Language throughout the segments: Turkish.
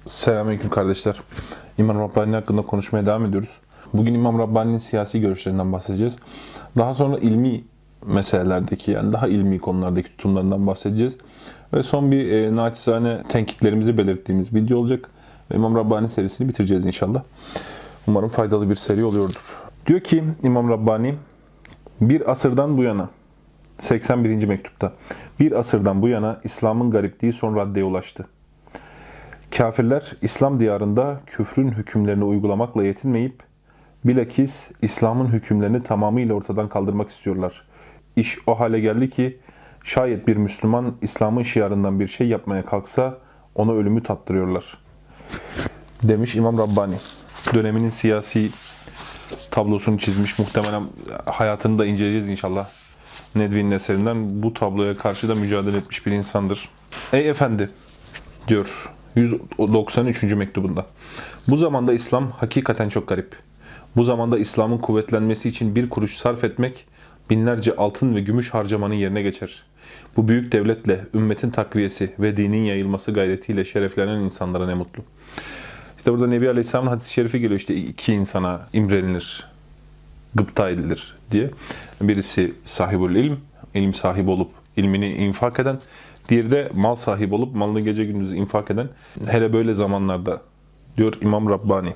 Selamünaleyküm kardeşler. İmam Rabbani hakkında konuşmaya devam ediyoruz. Bugün İmam Rabbani'nin siyasi görüşlerinden bahsedeceğiz. Daha sonra ilmi meselelerdeki, yani daha ilmi konulardaki tutumlarından bahsedeceğiz. Ve son bir naçizane tenkitlerimizi belirttiğimiz video olacak. Ve İmam Rabbani serisini bitireceğiz inşallah. Umarım faydalı bir seri oluyordur. Diyor ki İmam Rabbani, bir asırdan bu yana, 81. mektupta, bir asırdan bu yana İslam'ın garipliği son raddeye ulaştı. Kafirler İslam diyarında küfrün hükümlerini uygulamakla yetinmeyip bilakis İslam'ın hükümlerini tamamıyla ortadan kaldırmak istiyorlar. İş o hale geldi ki şayet bir Müslüman İslam'ın şiarından bir şey yapmaya kalksa ona ölümü tattırıyorlar. Demiş İmam Rabbani. Döneminin siyasi tablosunu çizmiş. Muhtemelen hayatını da inceleyeceğiz inşallah. Nedvi'nin eserinden bu tabloya karşı da mücadele etmiş bir insandır. Ey efendi diyor 193. mektubunda. Bu zamanda İslam hakikaten çok garip. Bu zamanda İslam'ın kuvvetlenmesi için bir kuruş sarf etmek, binlerce altın ve gümüş harcamanın yerine geçer. Bu büyük devletle ümmetin takviyesi ve dinin yayılması gayretiyle şereflenen insanlara ne mutlu. İşte burada Nebi Aleyhisselam'ın hadis-i şerifi geliyor, işte iki insana imrenilir, gıpta edilir diye. Birisi sahibül ilm, ilim sahibi olup ilmini infak eden, diğeri de mal sahibi olup malını gece gündüz infak eden. Hele böyle zamanlarda diyor İmam Rabbani.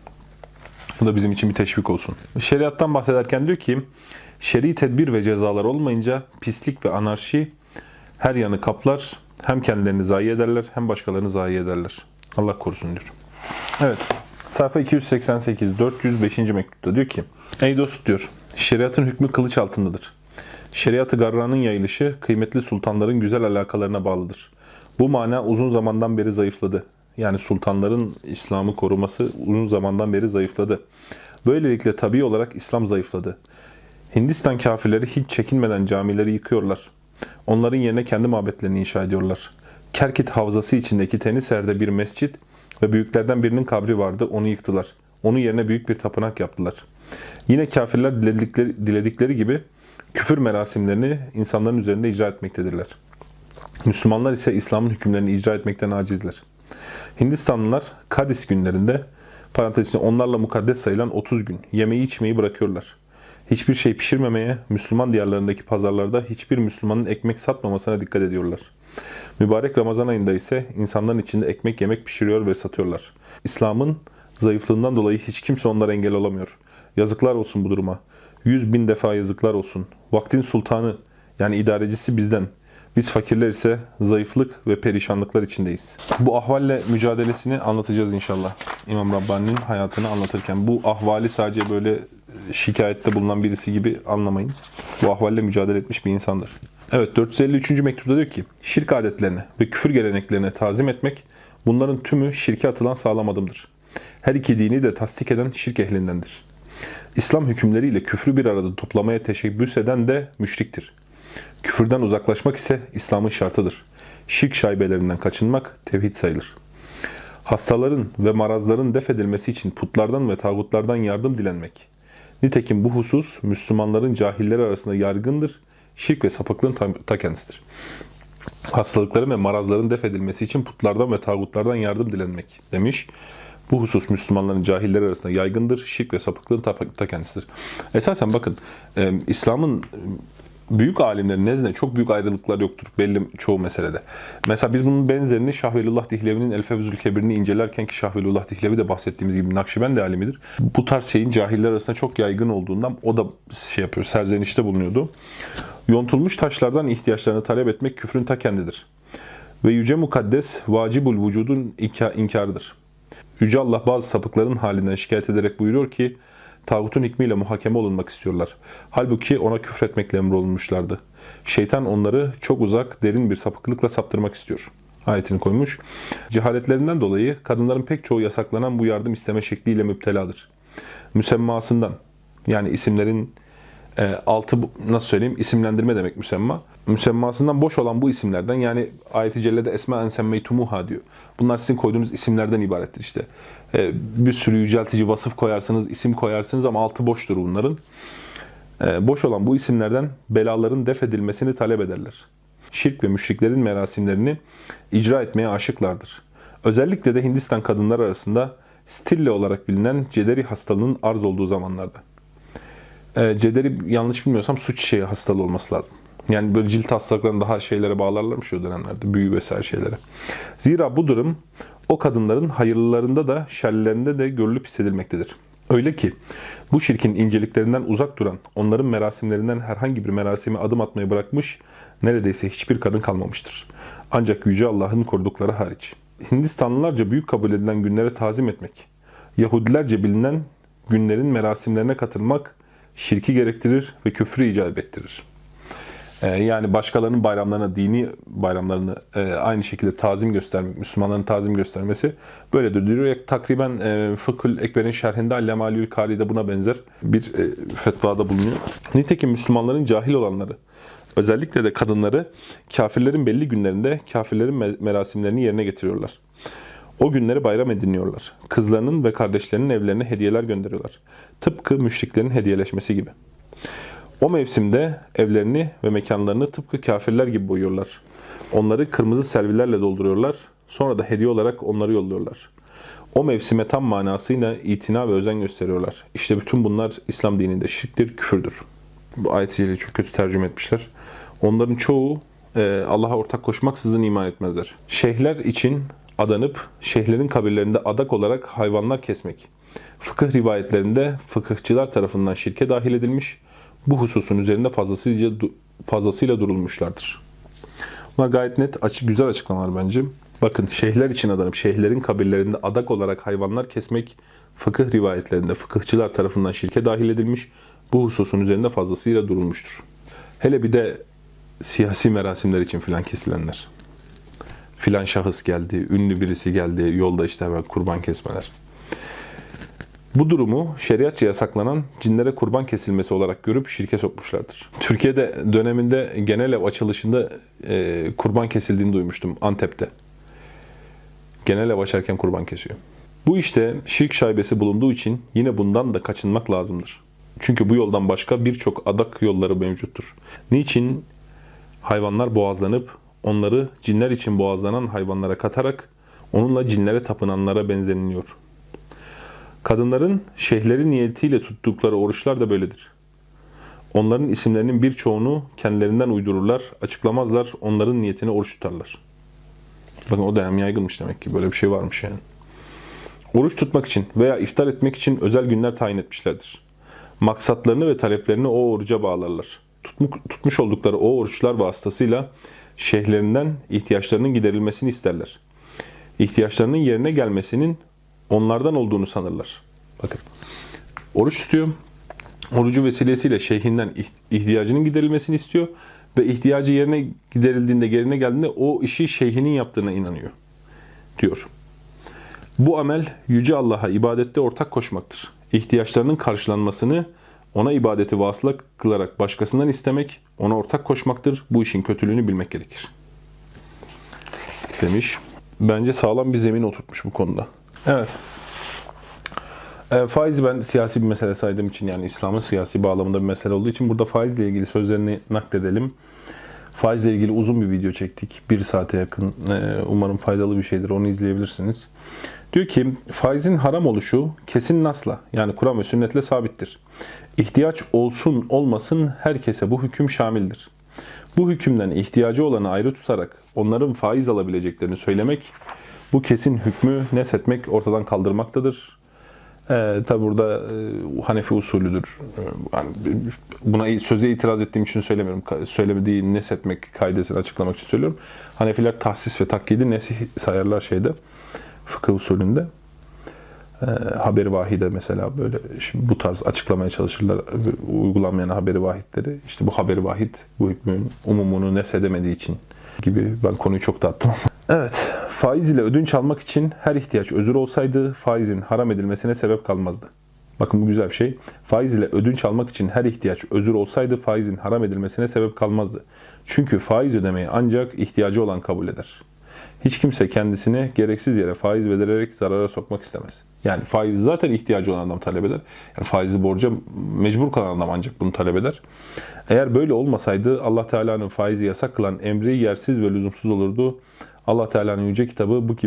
Bu da bizim için bir teşvik olsun. Şeriattan bahsederken diyor ki, şer'i tedbir ve cezalar olmayınca pislik ve anarşi her yanı kaplar. Hem kendilerini zayi ederler hem başkalarını zayi ederler. Allah korusun diyor. Evet. Sayfa 288, 405. mektupta diyor ki, ey dost diyor, şeriatın hükmü kılıç altındadır. Şeriat-ı garranın yayılışı kıymetli sultanların güzel alakalarına bağlıdır. Bu mana uzun zamandan beri zayıfladı. Yani sultanların İslam'ı koruması uzun zamandan beri zayıfladı. Böylelikle tabii olarak İslam zayıfladı. Hindistan kafirleri hiç çekinmeden camileri yıkıyorlar. Onların yerine kendi mabetlerini inşa ediyorlar. Kerkit havzası içindeki Teniser'de bir mescit ve büyüklerden birinin kabri vardı, onu yıktılar. Onun yerine büyük bir tapınak yaptılar. Yine kafirler diledikleri gibi küfür merasimlerini insanların üzerinde icra etmektedirler. Müslümanlar ise İslam'ın hükümlerini icra etmekten acizler. Hindistanlılar Kadis günlerinde, parantezinde onlarla mukaddes sayılan 30 gün yemeği içmeyi bırakıyorlar. Hiçbir şey pişirmemeye, Müslüman diyarlarındaki pazarlarda hiçbir Müslümanın ekmek satmamasına dikkat ediyorlar. Mübarek Ramazan ayında ise insanların içinde ekmek yemek pişiriyor ve satıyorlar. İslam'ın zayıflığından dolayı hiç kimse onlara engel olamıyor. Yazıklar olsun bu duruma. 100.000 defa yazıklar olsun. Vaktin sultanı, yani idarecisi bizden. Biz fakirler ise zayıflık ve perişanlıklar içindeyiz. Bu ahvalle mücadelesini anlatacağız inşallah. İmam Rabbani'nin hayatını anlatırken. Bu ahvali sadece böyle şikayette bulunan birisi gibi anlamayın. Bu ahvalle mücadele etmiş bir insandır. Evet, 453. mektupta diyor ki, şirk adetlerine ve küfür geleneklerine tazim etmek, bunların tümü şirke atılan sağlam adımdır. Her iki dini de tasdik eden şirk ehlindendir. İslam hükümleriyle küfrü bir arada toplamaya teşebbüs eden de müşriktir. Küfürden uzaklaşmak ise İslam'ın şartıdır. Şirk şaibelerinden kaçınmak tevhid sayılır. Hastaların ve marazların def edilmesi için putlardan ve tağutlardan yardım dilenmek. Nitekim bu husus Müslümanların cahilleri arasında yaygındır. Şirk ve sapıklığın ta kendisidir. Hastalıkların ve marazların def edilmesi için putlardan ve tağutlardan yardım dilenmek demiş. Bu husus Müslümanların cahilleri arasında yaygındır. Şirk ve sapıklığın ta kendisidir. Esasen bakın, İslam'ın büyük alimlerin nezdinde çok büyük ayrılıklar yoktur belli çoğu meselede. Mesela biz bunun benzerini Şah Velullah Dihlevi'nin El Fevzül Kebir'ini incelerken, ki Şah Velullah Dihlevi de bahsettiğimiz gibi Nakşibendi alimidir. Bu tarz şeyin cahiller arasında çok yaygın olduğundan o da serzenişte bulunuyordu. Yontulmuş taşlardan ihtiyaçlarını talep etmek küfrün ta kendidir. Ve Yüce Mukaddes vacibul vücudun inkarıdır. Yüce Allah bazı sapıkların halinden şikayet ederek buyuruyor ki, tağutun hikmiyle muhakeme olunmak istiyorlar. Halbuki ona küfretmekle emrolunmuşlardı. Şeytan onları çok uzak, derin bir sapıklıkla saptırmak istiyor. Ayetini koymuş. Cehaletlerinden dolayı kadınların pek çoğu yasaklanan bu yardım isteme şekliyle müpteladır. Müsemmasından, yani isimlerin nasıl söyleyeyim, isimlendirme demek müsemma. Müsemmasından boş olan bu isimlerden, yani ayet-i cellede esma semmeytumuha diyor. Bunlar sizin koyduğunuz isimlerden ibarettir işte. Bir sürü yüceltici vasıf koyarsınız, isim koyarsınız ama altı boştur bunların. Boş olan bu isimlerden belaların def edilmesini talep ederler. Şirk ve müşriklerin merasimlerini icra etmeye aşıklardır. Özellikle de Hindistan kadınları arasında stille olarak bilinen cederi hastalığının arz olduğu zamanlarda. Cederi yanlış bilmiyorsam su çiçeği hastalığı olması lazım. Yani böyle cilt hastalıklarını daha şeylere bağlarlarmış o dönemlerde. Büyü vesaire şeylere. Zira bu durum o kadınların hayırlılarında da şerlilerinde de görülüp hissedilmektedir. Öyle ki bu şirkin inceliklerinden uzak duran, onların merasimlerinden herhangi bir merasime adım atmayı bırakmış, neredeyse hiçbir kadın kalmamıştır. Ancak Yüce Allah'ın korudukları hariç. Hindistanlılarca büyük kabul edilen günlere tazim etmek, Yahudilerce bilinen günlerin merasimlerine katılmak şirki gerektirir ve küfrü icap ettirir. Yani başkalarının bayramlarına, dini bayramlarını aynı şekilde tazim göstermek, Müslümanların tazim göstermesi böyledir diyor. Takriben Fıkhül Ekber'in şerhinde Allemalül Kari'de buna benzer bir fetvada bulunuyor. Nitekim Müslümanların cahil olanları, özellikle de kadınları kafirlerin belli günlerinde kafirlerin merasimlerini yerine getiriyorlar. O günleri bayram ediniyorlar. Kızlarının ve kardeşlerinin evlerine hediyeler gönderiyorlar. Tıpkı müşriklerin hediyeleşmesi gibi. O mevsimde evlerini ve mekanlarını tıpkı kafirler gibi boyuyorlar. Onları kırmızı servilerle dolduruyorlar. Sonra da hediye olarak onları yolluyorlar. O mevsime tam manasıyla itina ve özen gösteriyorlar. İşte bütün bunlar İslam dininde şirktir, küfürdür. Bu ayet-i çok kötü tercüme etmişler. Onların çoğu Allah'a ortak koşmaksızın iman etmezler. Şeyhler için adanıp şeyhlerin kabirlerinde adak olarak hayvanlar kesmek. Fıkıh rivayetlerinde fıkıhçılar tarafından şirke dahil edilmiş, bu hususun üzerinde fazlasıyla durulmuşlardır. Bunlar gayet net, güzel açıklamalar bence. Bakın, şeyhler için adanıp şeyhlerin kabirlerinde adak olarak hayvanlar kesmek fıkıh rivayetlerinde fıkıhçılar tarafından şirke dahil edilmiş, bu hususun üzerinde fazlasıyla durulmuştur. Hele bir de siyasi merasimler için filan kesilenler. Filan şahıs geldi, ünlü birisi geldi, yolda işte hemen kurban kesmeler. Bu durumu şeriatça yasaklanan cinlere kurban kesilmesi olarak görüp şirke sokmuşlardır. Türkiye'de döneminde genel ev açılışında kurban kesildiğini duymuştum Antep'te. Genel ev açarken kurban kesiyor. Bu işte şirk şaibesi bulunduğu için yine bundan da kaçınmak lazımdır. Çünkü bu yoldan başka birçok adak yolları mevcuttur. Niçin hayvanlar boğazlanıp onları cinler için boğazlanan hayvanlara katarak onunla cinlere tapınanlara benzeniliyor. Kadınların şeyhleri niyetiyle tuttukları oruçlar da böyledir. Onların isimlerinin birçoğunu kendilerinden uydururlar, açıklamazlar, onların niyetine oruç tutarlar. Bakın, o dönem yaygınmış demek ki, böyle bir şey varmış yani. Oruç tutmak için veya iftar etmek için özel günler tayin etmişlerdir. Maksatlarını ve taleplerini o oruca bağlarlar. Tutmuş oldukları o oruçlar vasıtasıyla şeyhlerinden ihtiyaçlarının giderilmesini isterler. İhtiyaçlarının yerine gelmesinin onlardan olduğunu sanırlar. Bakın, oruç tutuyor. Orucu vesilesiyle şeyhinden ihtiyacının giderilmesini istiyor ve ihtiyacı yerine giderildiğinde, yerine geldiğinde o işi şeyhinin yaptığına inanıyor diyor. Bu amel Yüce Allah'a ibadette ortak koşmaktır. İhtiyaçlarının karşılanmasını ona ibadeti vasıla kılarak başkasından istemek, ona ortak koşmaktır. Bu işin kötülüğünü bilmek gerekir. Demiş. Bence sağlam bir zemin oturtmuş bu konuda. Evet. Faizi ben siyasi bir mesele saydığım için, yani İslam'ın siyasi bağlamında bir mesele olduğu için burada faizle ilgili sözlerini nakledelim. Faizle ilgili uzun bir video çektik. 1 saate yakın. Umarım faydalı bir şeydir. Onu izleyebilirsiniz. Diyor ki, faizin haram oluşu kesin nasla, yani Kur'an ve sünnetle sabittir. İhtiyaç olsun olmasın herkese bu hüküm şamildir. Bu hükümden ihtiyacı olanı ayrı tutarak onların faiz alabileceklerini söylemek, bu kesin hükmü neshetmek, ortadan kaldırmaktadır. Tabi burada Hanefi usulüdür. Yani buna söze itiraz ettiğim için söylemiyorum. Söylemediği neshetmek kaidesini açıklamak için söylüyorum. Hanefiler tahsis ve takyidi nesih sayarlar şeyde, fıkıh usulünde. Haber-i vahide mesela böyle şimdi bu tarz açıklamaya çalışırlar, uygulanmayan haber-i vahidleri. İşte bu haber-i vahid bu hükmün umumunu neshedemediği için gibi, ben konuyu çok dağıttım. Evet, faiz ile ödünç almak için her ihtiyaç özür olsaydı faizin haram edilmesine sebep kalmazdı. Bakın, bu güzel bir şey. Faiz ile ödünç almak için her ihtiyaç özür olsaydı faizin haram edilmesine sebep kalmazdı. Çünkü faiz ödemeyi ancak ihtiyacı olan kabul eder. Hiç kimse kendisine gereksiz yere faiz vererek zarara sokmak istemez. Yani faizi zaten ihtiyacı olan adam talep eder. Yani faizi borca mecbur kalan adam ancak bunu talep eder. Eğer böyle olmasaydı Allah Teala'nın faizi yasak kılan emri yersiz ve lüzumsuz olurdu. Allah Teala'nın yüce kitabı bu gibi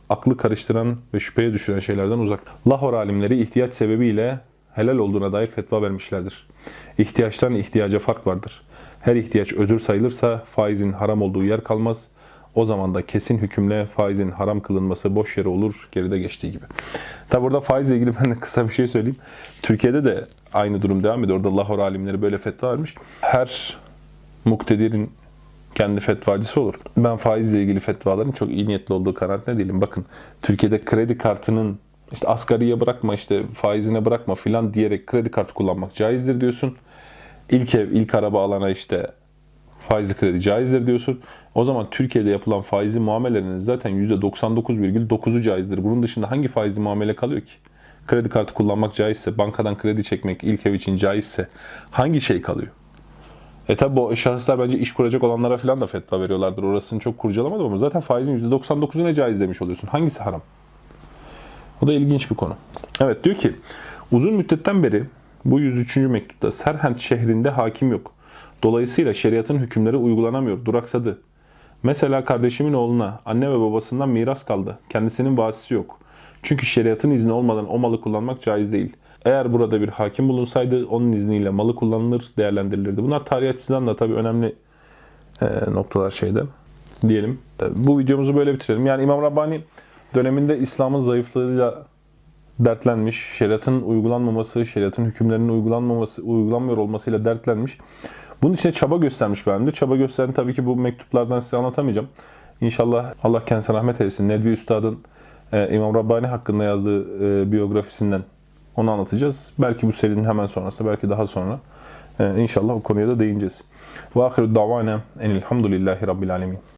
aklı karıştıran ve şüpheye düşüren şeylerden uzak. Lahor alimleri ihtiyaç sebebiyle helal olduğuna dair fetva vermişlerdir. İhtiyaçtan ihtiyaca fark vardır. Her ihtiyaç özür sayılırsa faizin haram olduğu yer kalmaz. O zaman da kesin hükümle faizin haram kılınması boş yere olur, geride geçtiği gibi. Tabi burada faizle ilgili ben de kısa bir şey söyleyeyim. Türkiye'de de aynı durum devam ediyor. Orada Lahor alimleri böyle fetva vermiş. Her muktedirin kendi fetvacısı olur. Ben faizle ilgili fetvaların çok iyi niyetli olduğu kanaatinde değilim. Bakın, Türkiye'de kredi kartının işte asgariye bırakma, işte faizine bırakma filan diyerek kredi kartı kullanmak caizdir diyorsun. İlk ev, ilk araba alana işte faizli kredi caizdir diyorsun. O zaman Türkiye'de yapılan faizli muamelelerinin zaten %99,9'u caizdir. Bunun dışında hangi faizli muamele kalıyor ki? Kredi kartı kullanmak caizse, bankadan kredi çekmek ilk ev için caizse hangi şey kalıyor? Tabi bu şahıslar bence iş kuracak olanlara falan da fetva veriyorlardır. Orasını çok kurcalamadım ama zaten faizin %99'u ne caiz demiş oluyorsun. Hangisi haram? O da ilginç bir konu. Evet, diyor ki uzun müddetten beri bu 103. mektupta Serhent şehrinde hakim yok. Dolayısıyla şeriatın hükümleri uygulanamıyor, duraksadı. Mesela kardeşimin oğluna anne ve babasından miras kaldı. Kendisinin vasisi yok. Çünkü şeriatın izni olmadan o malı kullanmak caiz değil. Eğer burada bir hakim bulunsaydı onun izniyle malı kullanılır, değerlendirilirdi. Bunlar tarih açısından da tabii önemli noktalar şeyde diyelim. Bu videomuzu böyle bitirelim. Yani İmam Rabbani döneminde İslam'ın zayıflığıyla dertlenmiş, şeriatın uygulanmaması, şeriatın hükümlerinin uygulanmıyor olmasıyla dertlenmiş. Bunun için çaba göstermiş bende. Çaba gösteren tabii ki bu mektuplardan size anlatamayacağım. İnşallah Allah kendisine rahmet eylesin. Nedvi Üstad'ın İmam Rabbani hakkında yazdığı biyografisinden onu anlatacağız. Belki bu serinin hemen sonrası, belki daha sonra. İnşallah o konuya da değineceğiz. Ve ahiru davana enilhamdülillahi rabbil alemin.